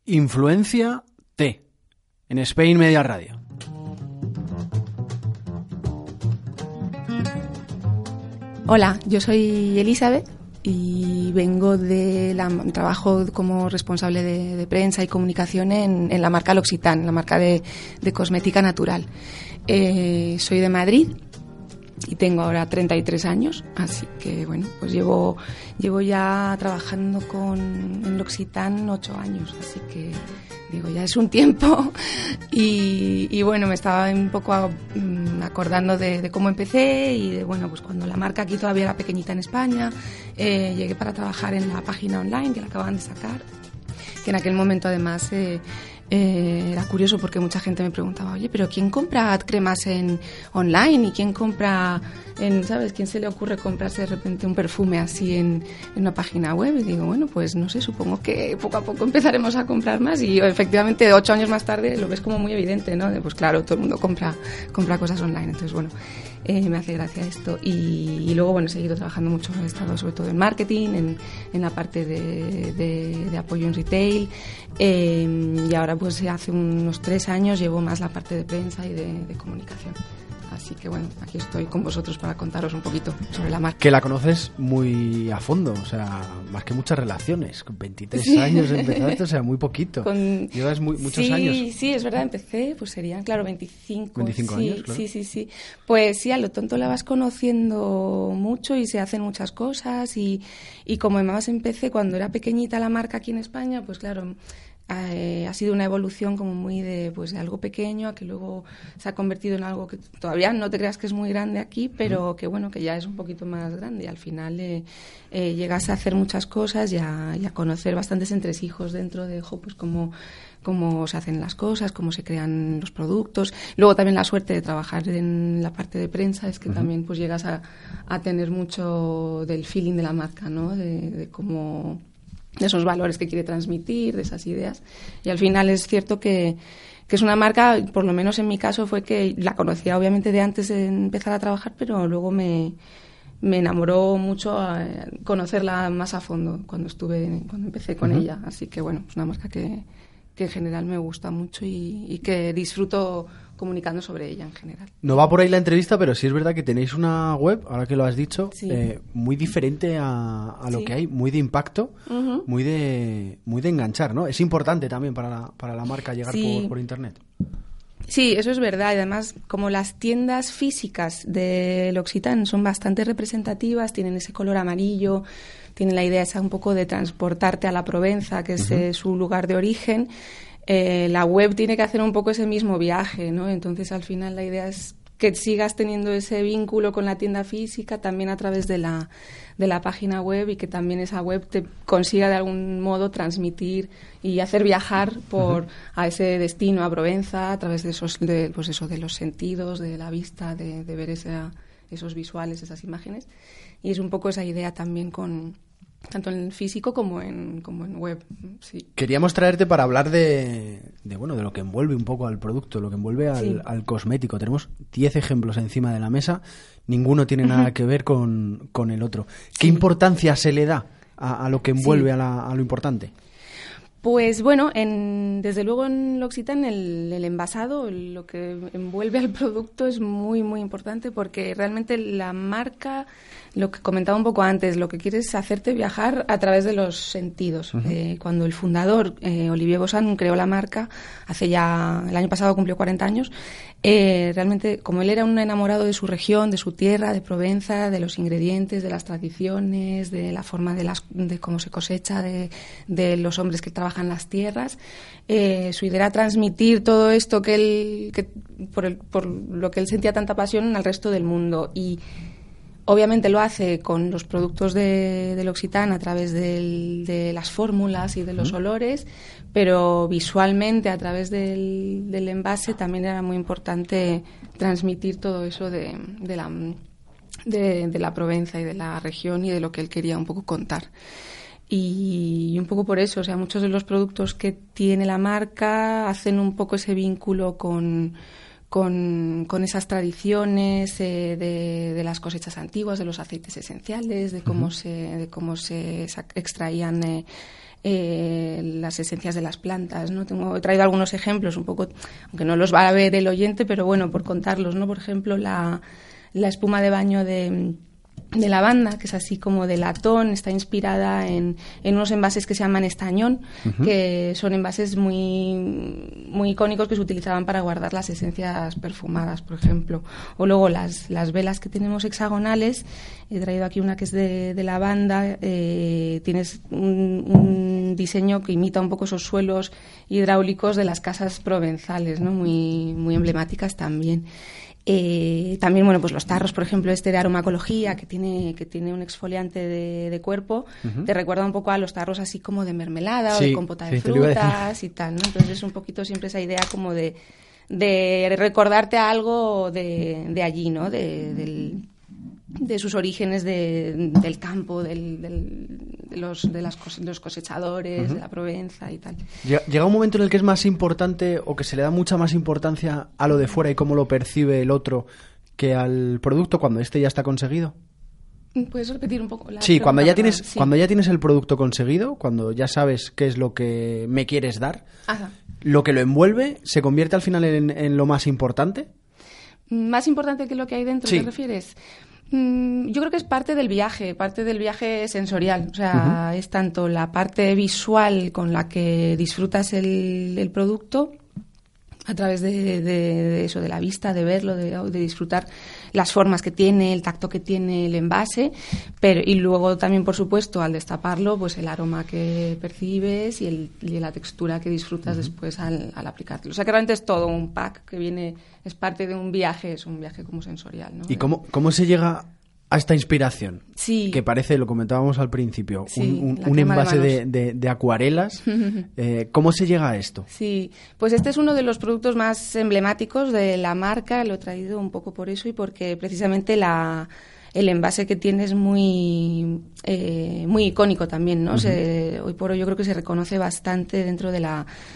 Influencia T, en Spain Media Radio. Hola, yo soy Elizabeth y vengo trabajo como responsable de prensa y comunicación en la marca L'Occitane, la marca de cosmética natural. Soy de Madrid y tengo ahora 33 años, así que bueno, pues llevo ya trabajando en L'Occitane 8 años, así que digo, ya es un tiempo y bueno, me estaba un poco acordando de cómo empecé y de, bueno, pues cuando la marca aquí todavía era pequeñita en España, llegué para trabajar en la página online que la acaban de sacar, que en aquel momento además era curioso porque mucha gente me preguntaba, oye, pero ¿quién compra cremas online? ¿Y quién compra ¿sabes? ¿Quién se le ocurre comprarse de repente un perfume así en una página web? Y digo, bueno, pues no sé, supongo que poco a poco empezaremos a comprar más y efectivamente 8 años más tarde lo ves como muy evidente, ¿no? Pues claro, todo el mundo compra cosas online, entonces bueno, me hace gracia esto y luego bueno, he seguido trabajando mucho, he estado sobre todo en marketing, en la parte de apoyo en retail y ahora pues hace unos 3 años llevo más la parte de prensa y de comunicación. Así que bueno, aquí estoy con vosotros para contaros un poquito sobre la marca. Que la conoces muy a fondo, o sea, más que muchas relaciones. Con 23 años empezaste, o sea, muy poquito. Llevas muchos años. Sí, es verdad, empecé, pues serían, claro, 25. 25 años, claro. Sí. Pues sí, a lo tonto la vas conociendo mucho y se hacen muchas cosas y como además empecé cuando era pequeñita la marca aquí en España, pues claro, ha sido una evolución como muy de algo pequeño a que luego se ha convertido en algo que todavía no te creas que es muy grande aquí, pero que bueno, que ya es un poquito más grande y al final llegas a hacer muchas cosas y a conocer bastantes entresijos dentro de pues cómo se hacen las cosas, cómo se crean los productos. Luego también la suerte de trabajar en la parte de prensa es que también pues llegas a tener mucho del feeling de la marca, ¿no? De cómo, de esos valores que quiere transmitir, de esas ideas. Y al final es cierto que es una marca, por lo menos en mi caso, fue que la conocía obviamente de antes de empezar a trabajar, pero luego me enamoró mucho conocerla más a fondo cuando empecé con ella. Así que bueno, es una marca que en general me gusta mucho y que disfruto comunicando sobre ella en general. No va por ahí la entrevista, pero sí es verdad que tenéis una web, ahora que lo has dicho, sí, muy diferente a lo que hay, muy de impacto, muy de enganchar, ¿no? Es importante también para la marca llegar por internet. Sí, eso es verdad. Y además, como las tiendas físicas de L'Occitane son bastante representativas, tienen ese color amarillo, tienen la idea esa un poco de transportarte a la Provenza, que es su lugar de origen. La web tiene que hacer un poco ese mismo viaje, ¿no? Entonces, al final, la idea es que sigas teniendo ese vínculo con la tienda física también a través de la página web y que también esa web te consiga de algún modo transmitir y hacer viajar a ese destino, a Provenza, a través de los sentidos, de la vista, de ver esos visuales, esas imágenes. Y es un poco esa idea también tanto en físico como en web. Sí. Queríamos traerte para hablar de lo que envuelve un poco al producto, lo que envuelve al cosmético. Tenemos 10 ejemplos encima de la mesa, ninguno tiene nada que ver con el otro. ¿Qué importancia se le da a lo que envuelve a lo importante? Pues bueno, desde luego en L'Occitane el envasado, lo que envuelve al producto es muy, muy importante porque realmente la marca, lo que comentaba un poco antes, lo que quiere es hacerte viajar a través de los sentidos. Cuando el fundador, Olivier Bossan, creó la marca, el año pasado cumplió 40 años, realmente como él era un enamorado de su región, de su tierra, de Provenza, de los ingredientes, de las tradiciones, de la forma de cómo se cosecha, de los hombres que trabajan las tierras, su idea era transmitir todo esto por lo que él sentía tanta pasión al resto del mundo y obviamente lo hace con los productos de L'Occitane a través de las fórmulas y de los olores, pero visualmente a través del envase también era muy importante transmitir todo eso de la Provenza y de la región y de lo que él quería un poco contar. Y un poco por eso, o sea, muchos de los productos que tiene la marca hacen un poco ese vínculo con esas tradiciones de las cosechas antiguas, de los aceites esenciales, de cómo se extraían las esencias de las plantas, ¿no? He traído algunos ejemplos, un poco, aunque no los va a ver el oyente, pero bueno, por contarlos, ¿no? Por ejemplo, la espuma de baño de lavanda, que es así como de latón, está inspirada en unos envases que se llaman estañón, que son envases muy, muy icónicos que se utilizaban para guardar las esencias perfumadas, por ejemplo. O luego las velas que tenemos hexagonales, he traído aquí una que es de lavanda, tienes un diseño que imita un poco esos suelos hidráulicos de las casas provenzales, ¿no? Muy, muy emblemáticas también. También, bueno, pues los tarros, por ejemplo, de aromacología, que tiene un exfoliante de cuerpo, te recuerda un poco a los tarros así como de mermelada o de compota de frutas y tal, ¿no? Entonces es un poquito siempre esa idea como de recordarte algo de allí, ¿no? De sus orígenes del campo, de los cosechadores, de la Provenza y tal. ¿Llega un momento en el que es más importante o que se le da mucha más importancia a lo de fuera y cómo lo percibe el otro que al producto cuando ya está conseguido? ¿Puedes repetir un poco? Sí, cuando ya tienes el producto conseguido, cuando ya sabes qué es lo que me quieres dar, Ajá. Lo que lo envuelve se convierte al final en lo más importante. ¿Más importante que lo que hay dentro, te refieres? Yo creo que es parte del viaje sensorial. O sea, es tanto la parte visual con la que disfrutas el producto a través de eso, de la vista, de verlo, de disfrutar las formas que tiene, el tacto que tiene el envase, y luego también, por supuesto, al destaparlo, pues el aroma que percibes y la textura que disfrutas después al aplicártelo. O sea, que realmente es todo un pack que viene, es parte de un viaje, es un viaje como sensorial, ¿no? ¿Y cómo se llega a esta inspiración? Sí. Que parece, lo comentábamos al principio, sí, un envase de acuarelas. ¿Cómo se llega a esto? Sí, pues este es uno de los productos más emblemáticos de la marca, lo he traído un poco por eso y porque precisamente el envase que tiene es muy icónico también, ¿no? Hoy por hoy yo creo que se reconoce bastante dentro de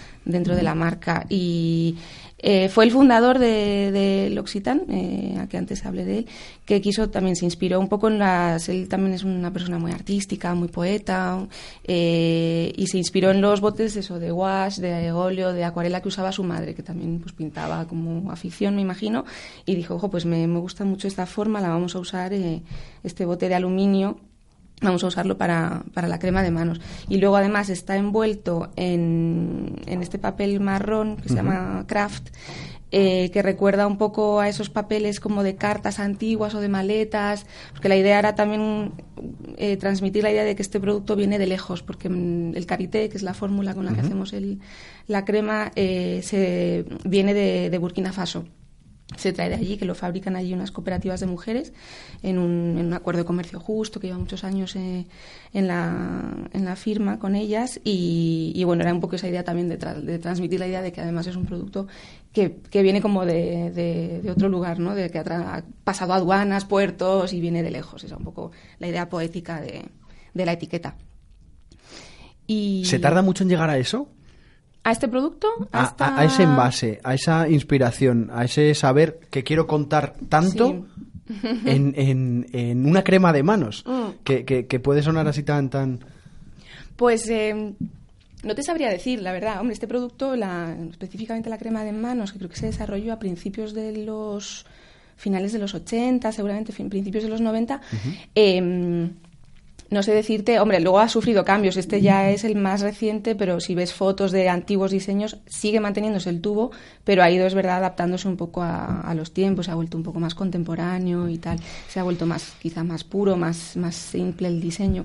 la marca y fue el fundador de L'Occitane, a que antes hablé de él, que se inspiró un poco él también es una persona muy artística, muy poeta, y se inspiró en los botes de gouache, de óleo, de acuarela que usaba su madre, que también pues pintaba como afición, me imagino, y dijo, ojo, pues me gusta mucho esta forma, la vamos a usar, este bote de aluminio, vamos a usarlo para la crema de manos. Y luego, además, está envuelto en este papel marrón que se llama Craft, que recuerda un poco a esos papeles como de cartas antiguas o de maletas, porque la idea era también transmitir la idea de que este producto viene de lejos, porque el karité, que es la fórmula con la que hacemos la crema, viene de Burkina Faso. Se trae de allí, que lo fabrican allí unas cooperativas de mujeres en un acuerdo de comercio justo que lleva muchos años en la firma con ellas y bueno, era un poco esa idea también de transmitir la idea de que además es un producto que viene como de otro lugar, ¿no? De que ha pasado aduanas, puertos y viene de lejos. Esa es un poco la idea poética de la etiqueta. ¿Se tarda mucho en llegar a eso? ¿A este producto? A ese envase, a esa inspiración, a ese saber que quiero contar tanto en una crema de manos, que puede sonar así tan... Pues no te sabría decir, la verdad. Hombre, este producto, específicamente la crema de manos, que creo que se desarrolló a principios de los... finales de los 80, seguramente principios de los 90, no sé decirte, hombre, luego ha sufrido cambios, este ya es el más reciente, pero si ves fotos de antiguos diseños, sigue manteniéndose el tubo, pero ha ido, es verdad, adaptándose un poco a los tiempos, se ha vuelto un poco más contemporáneo y tal, se ha vuelto quizá más puro, más simple el diseño.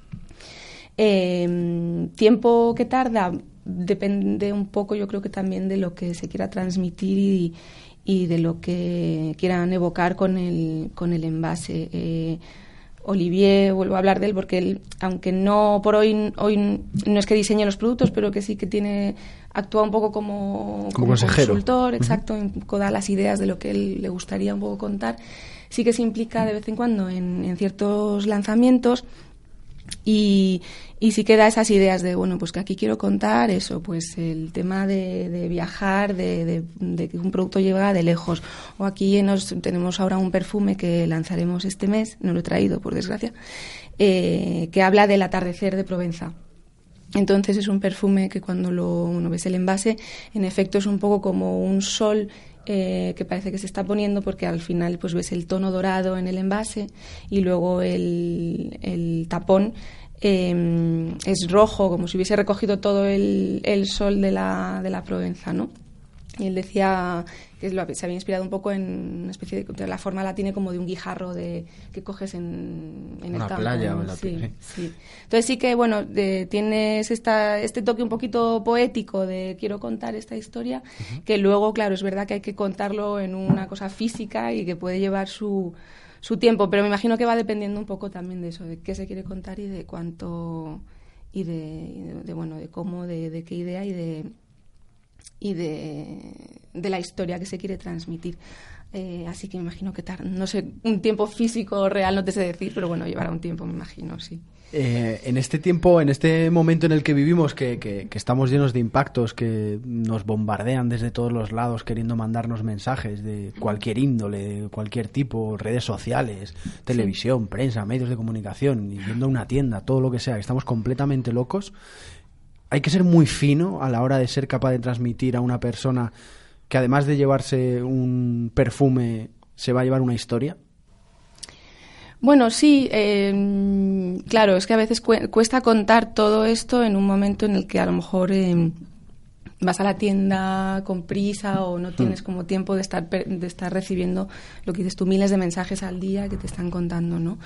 Tiempo que tarda, depende un poco, yo creo que también de lo que se quiera transmitir y de lo que quieran evocar con el envase. Olivier, vuelvo a hablar de él porque él, aunque no por hoy no es que diseñe los productos, pero que sí que actúa un poco como consultor, exacto, un poco da las ideas de lo que él le gustaría un poco contar, sí que se implica de vez en cuando en ciertos lanzamientos y sí que da esas ideas de, bueno, pues que aquí quiero contar eso, pues el tema de viajar, de que un producto llega de lejos. O aquí tenemos ahora un perfume que lanzaremos este mes, no lo he traído por desgracia, que habla del atardecer de Provenza. Entonces es un perfume que cuando uno ves el envase, en efecto es un poco como un sol que parece que se está poniendo, porque al final pues ves el tono dorado en el envase y luego el tapón es rojo, como si hubiese recogido todo el sol de la Provenza, ¿no? Y él decía que se había inspirado un poco en una especie de la forma la tiene como de un guijarro que coges en el campo. Playa, ¿no? o en la playa, sí. Entonces sí que, bueno, tienes este toque un poquito poético de quiero contar esta historia, que luego, claro, es verdad que hay que contarlo en una cosa física y que puede llevar su tiempo, pero me imagino que va dependiendo un poco también de eso, de qué se quiere contar y de cuánto, y de cómo, de qué idea y de la historia que se quiere transmitir. Así que me imagino que no sé, un tiempo físico real no te sé decir, pero bueno, llevará un tiempo, me imagino, sí. En este tiempo, en este momento en el que vivimos, que estamos llenos de impactos, que nos bombardean desde todos los lados queriendo mandarnos mensajes de cualquier índole, de cualquier tipo, redes sociales, televisión, prensa, medios de comunicación, y yendo a una tienda, todo lo que sea, que estamos completamente locos. Hay que ser muy fino a la hora de ser capaz de transmitir a una persona que, además de llevarse un perfume, se va a llevar una historia. Bueno, sí, claro, es que a veces cuesta contar todo esto en un momento en el que a lo mejor vas a la tienda con prisa o no tienes como tiempo de estar recibiendo lo que dices tú, miles de mensajes al día que te están contando, ¿no?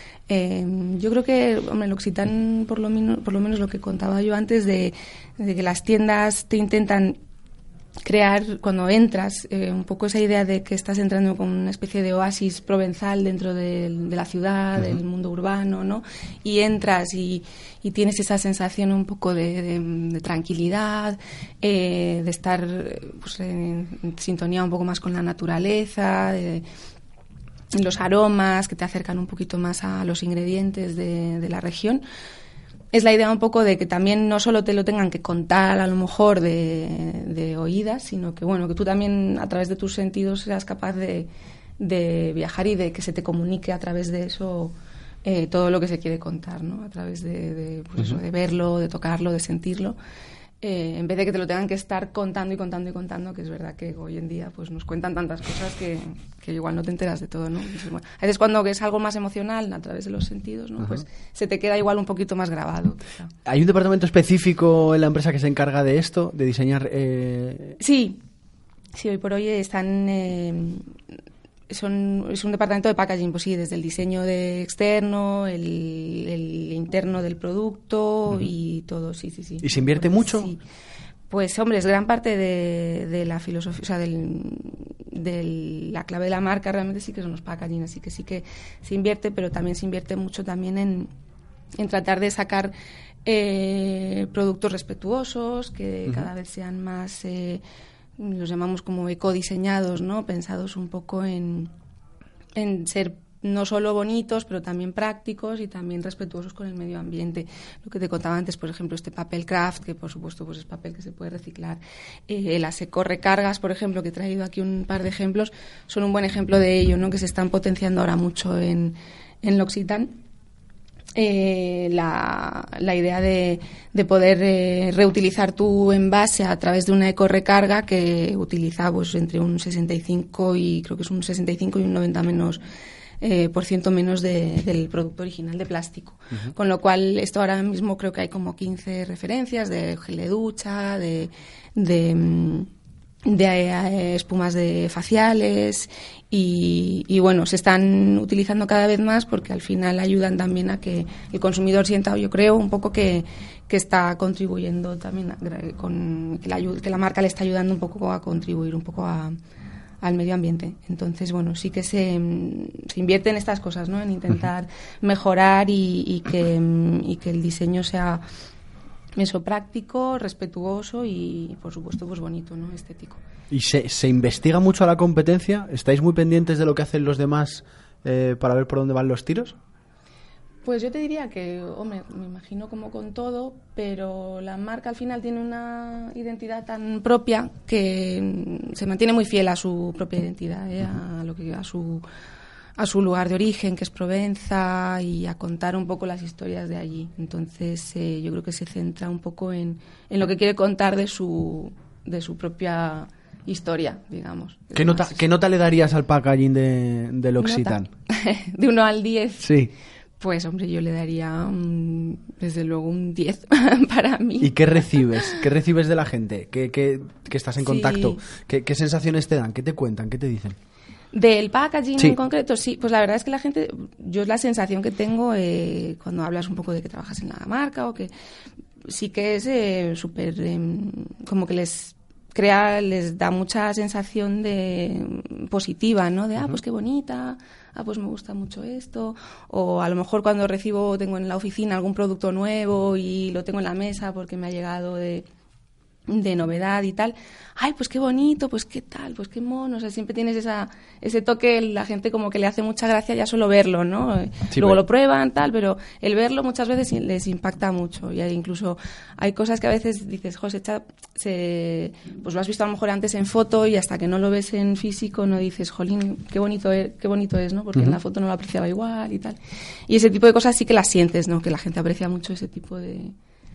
Yo creo que, hombre, el L'Occitane, por lo menos lo que contaba yo antes, de que las tiendas te intentan crear, cuando entras, un poco esa idea de que estás entrando con una especie de oasis provenzal dentro de la ciudad, del mundo urbano, ¿no? Y entras y tienes esa sensación un poco de tranquilidad, de estar pues, en sintonía un poco más con la naturaleza, los aromas que te acercan un poquito más a los ingredientes de la región. Es la idea un poco de que también no solo te lo tengan que contar a lo mejor de oídas, sino que bueno, que tú también a través de tus sentidos seas capaz de viajar y de que se te comunique a través de eso todo lo que se quiere contar, ¿no? A través pues eso, de verlo, de tocarlo, de sentirlo. En vez de que te lo tengan que estar contando y contando y contando, que es verdad que hoy en día pues nos cuentan tantas cosas que igual no te enteras de todo, ¿no? Entonces, bueno, a veces cuando es algo más emocional a través de los sentidos, ¿no? Pues se te queda igual un poquito más grabado. Quizá. ¿Hay un departamento específico en la empresa que se encarga de esto, de diseñar? Sí, hoy por hoy están... es un departamento de packaging, pues sí, desde el diseño de externo, el interno del producto y todo, sí. ¿Y se invierte mucho? Sí. Pues, hombre, es gran parte de la filosofía, o sea, de la clave de la marca realmente sí que son los packaging, así que sí que se invierte, pero también se invierte mucho también en tratar de sacar productos respetuosos, que cada vez sean más... los llamamos como ecodiseñados, ¿no? Pensados un poco en ser no solo bonitos, pero también prácticos y también respetuosos con el medio ambiente. Lo que te contaba antes, por ejemplo, este papel craft, que por supuesto pues es papel que se puede reciclar. Las ecorecargas, por ejemplo, que he traído aquí un par de ejemplos, son un buen ejemplo de ello, ¿no? Que se están potenciando ahora mucho en L'Occitane. La idea de poder reutilizar tu envase a través de una ecorecarga que utiliza pues entre un 65 y creo que es un 65 y un 90 % menos del producto original de plástico. Con lo cual esto ahora mismo creo que hay como 15 referencias de gel de ducha, de espumas de faciales y bueno, se están utilizando cada vez más porque al final ayudan también a que el consumidor sienta, yo creo, un poco que está contribuyendo también que la marca le está ayudando un poco a contribuir un poco al medio ambiente. Entonces, bueno, sí que se invierte en estas cosas, ¿no? En intentar mejorar y que el diseño sea eso, práctico, respetuoso y, por supuesto, pues bonito, ¿no? Estético. ¿Y se investiga mucho a la competencia? ¿Estáis muy pendientes de lo que hacen los demás para ver por dónde van los tiros? Pues yo te diría que, hombre, me imagino como con todo, pero la marca al final tiene una identidad tan propia que se mantiene muy fiel a su propia identidad, a a su lugar de origen, que es Provenza, y a contar un poco las historias de allí. Entonces, yo creo que se centra un poco en lo que quiere contar de su propia historia, digamos. ¿Qué nota le darías al packaging del L'Occitane? De 1 al 10. Sí. Pues, hombre, yo le daría, desde luego, un 10 para mí. ¿Y qué recibes? ¿Qué recibes de la gente? ¿Que estás en contacto? ¿Qué sensaciones te dan? ¿Qué te cuentan? ¿Qué te dicen? Del packaging en concreto, sí. Pues la verdad es que la gente, yo es la sensación que tengo cuando hablas un poco de que trabajas en la marca, o que sí que es súper, como que les da mucha sensación de positiva, ¿no? De, pues qué bonita, pues me gusta mucho esto. O a lo mejor cuando tengo en la oficina algún producto nuevo y lo tengo en la mesa porque me ha llegado de novedad y tal, pues qué bonito, pues qué tal, pues qué mono, o sea, siempre tienes ese toque, la gente como que le hace mucha gracia ya solo verlo, ¿no? Sí, luego lo prueban, tal, pero el verlo muchas veces les impacta mucho, y incluso hay cosas que a veces dices, José, pues lo has visto a lo mejor antes en foto y hasta que no lo ves en físico no dices, jolín, qué bonito es, ¿no? Porque en la foto no lo apreciaba igual y tal. Y ese tipo de cosas sí que las sientes, ¿no? Que la gente aprecia mucho ese tipo de...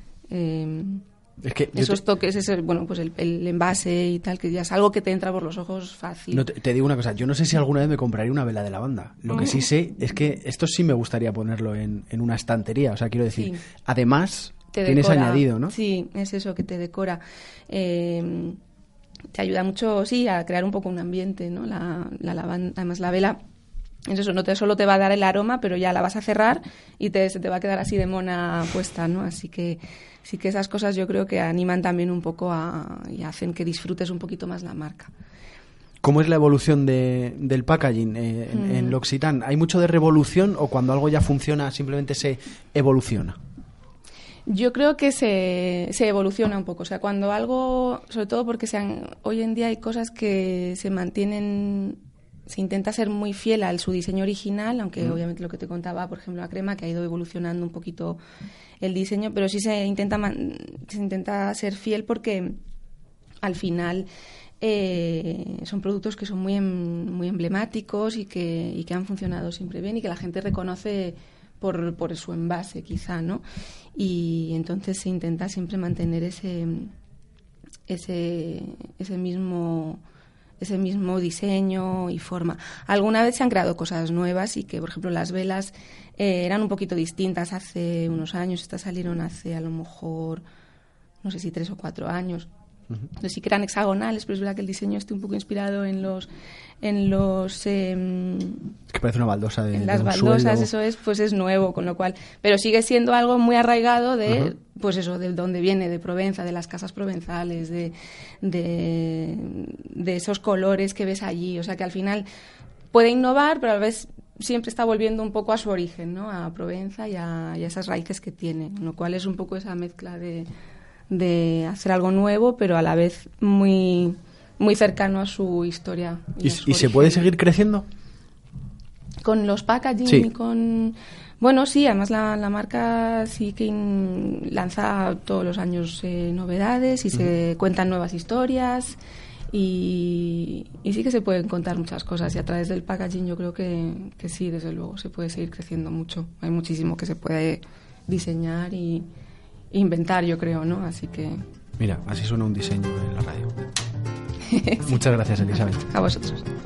Es que esos toques, pues el envase y tal, que ya es algo que te entra por los ojos fácil. No, te digo una cosa, yo no sé si alguna vez me compraría una vela de lavanda. Lo que sí sé es que esto sí me gustaría ponerlo en una estantería. O sea, quiero decir, además tienes añadido, ¿no? Sí, es eso, que te decora. Te ayuda mucho, sí, a crear un poco un ambiente, ¿no? La lavanda, además la vela... Es eso, no solo te va a dar el aroma, pero ya la vas a cerrar y se te va a quedar así de mona puesta, ¿no? Así que sí que esas cosas yo creo que animan también un poco y hacen que disfrutes un poquito más la marca. ¿Cómo es la evolución del packaging en L'Occitane? ¿Hay mucho de revolución o cuando algo ya funciona simplemente se evoluciona? Yo creo que se evoluciona un poco. O sea, cuando algo, sobre todo porque hoy en día hay cosas que se mantienen... Se intenta ser muy fiel a su diseño original, aunque obviamente lo que te contaba, por ejemplo, la crema, que ha ido evolucionando un poquito el diseño, pero sí se intenta ser fiel porque al final son productos que son muy emblemáticos y que han funcionado siempre bien y que la gente reconoce por su envase, quizá, ¿no? Y entonces se intenta siempre mantener ese mismo diseño y forma. Alguna vez se han creado cosas nuevas y que, por ejemplo, las velas eran un poquito distintas hace unos años. Estas salieron hace, a lo mejor, no sé si 3 o 4 años. Entonces sí que eran hexagonales, pero es verdad que el diseño está un poco inspirado en los es que parece una baldosa de en las un baldosas, suelo. eso es nuevo, con lo cual, pero sigue siendo algo muy arraigado de pues eso, de donde viene, de Provenza, de las casas provenzales, de esos colores que ves allí, o sea que al final puede innovar, pero a la vez siempre está volviendo un poco a su origen, ¿no? A Provenza y a esas raíces que tiene, con lo cual es un poco esa mezcla de hacer algo nuevo, pero a la vez muy muy cercano a su historia. ¿Y se puede seguir creciendo? Con los packaging y con... Bueno, sí, además la marca sí que lanza todos los años novedades y se cuentan nuevas historias y sí que se pueden contar muchas cosas, y a través del packaging yo creo que sí, desde luego, se puede seguir creciendo mucho. Hay muchísimo que se puede diseñar y inventar, yo creo, ¿no? Así que... Mira, así suena un diseño en la radio. Muchas gracias, Elizabeth. A vosotros.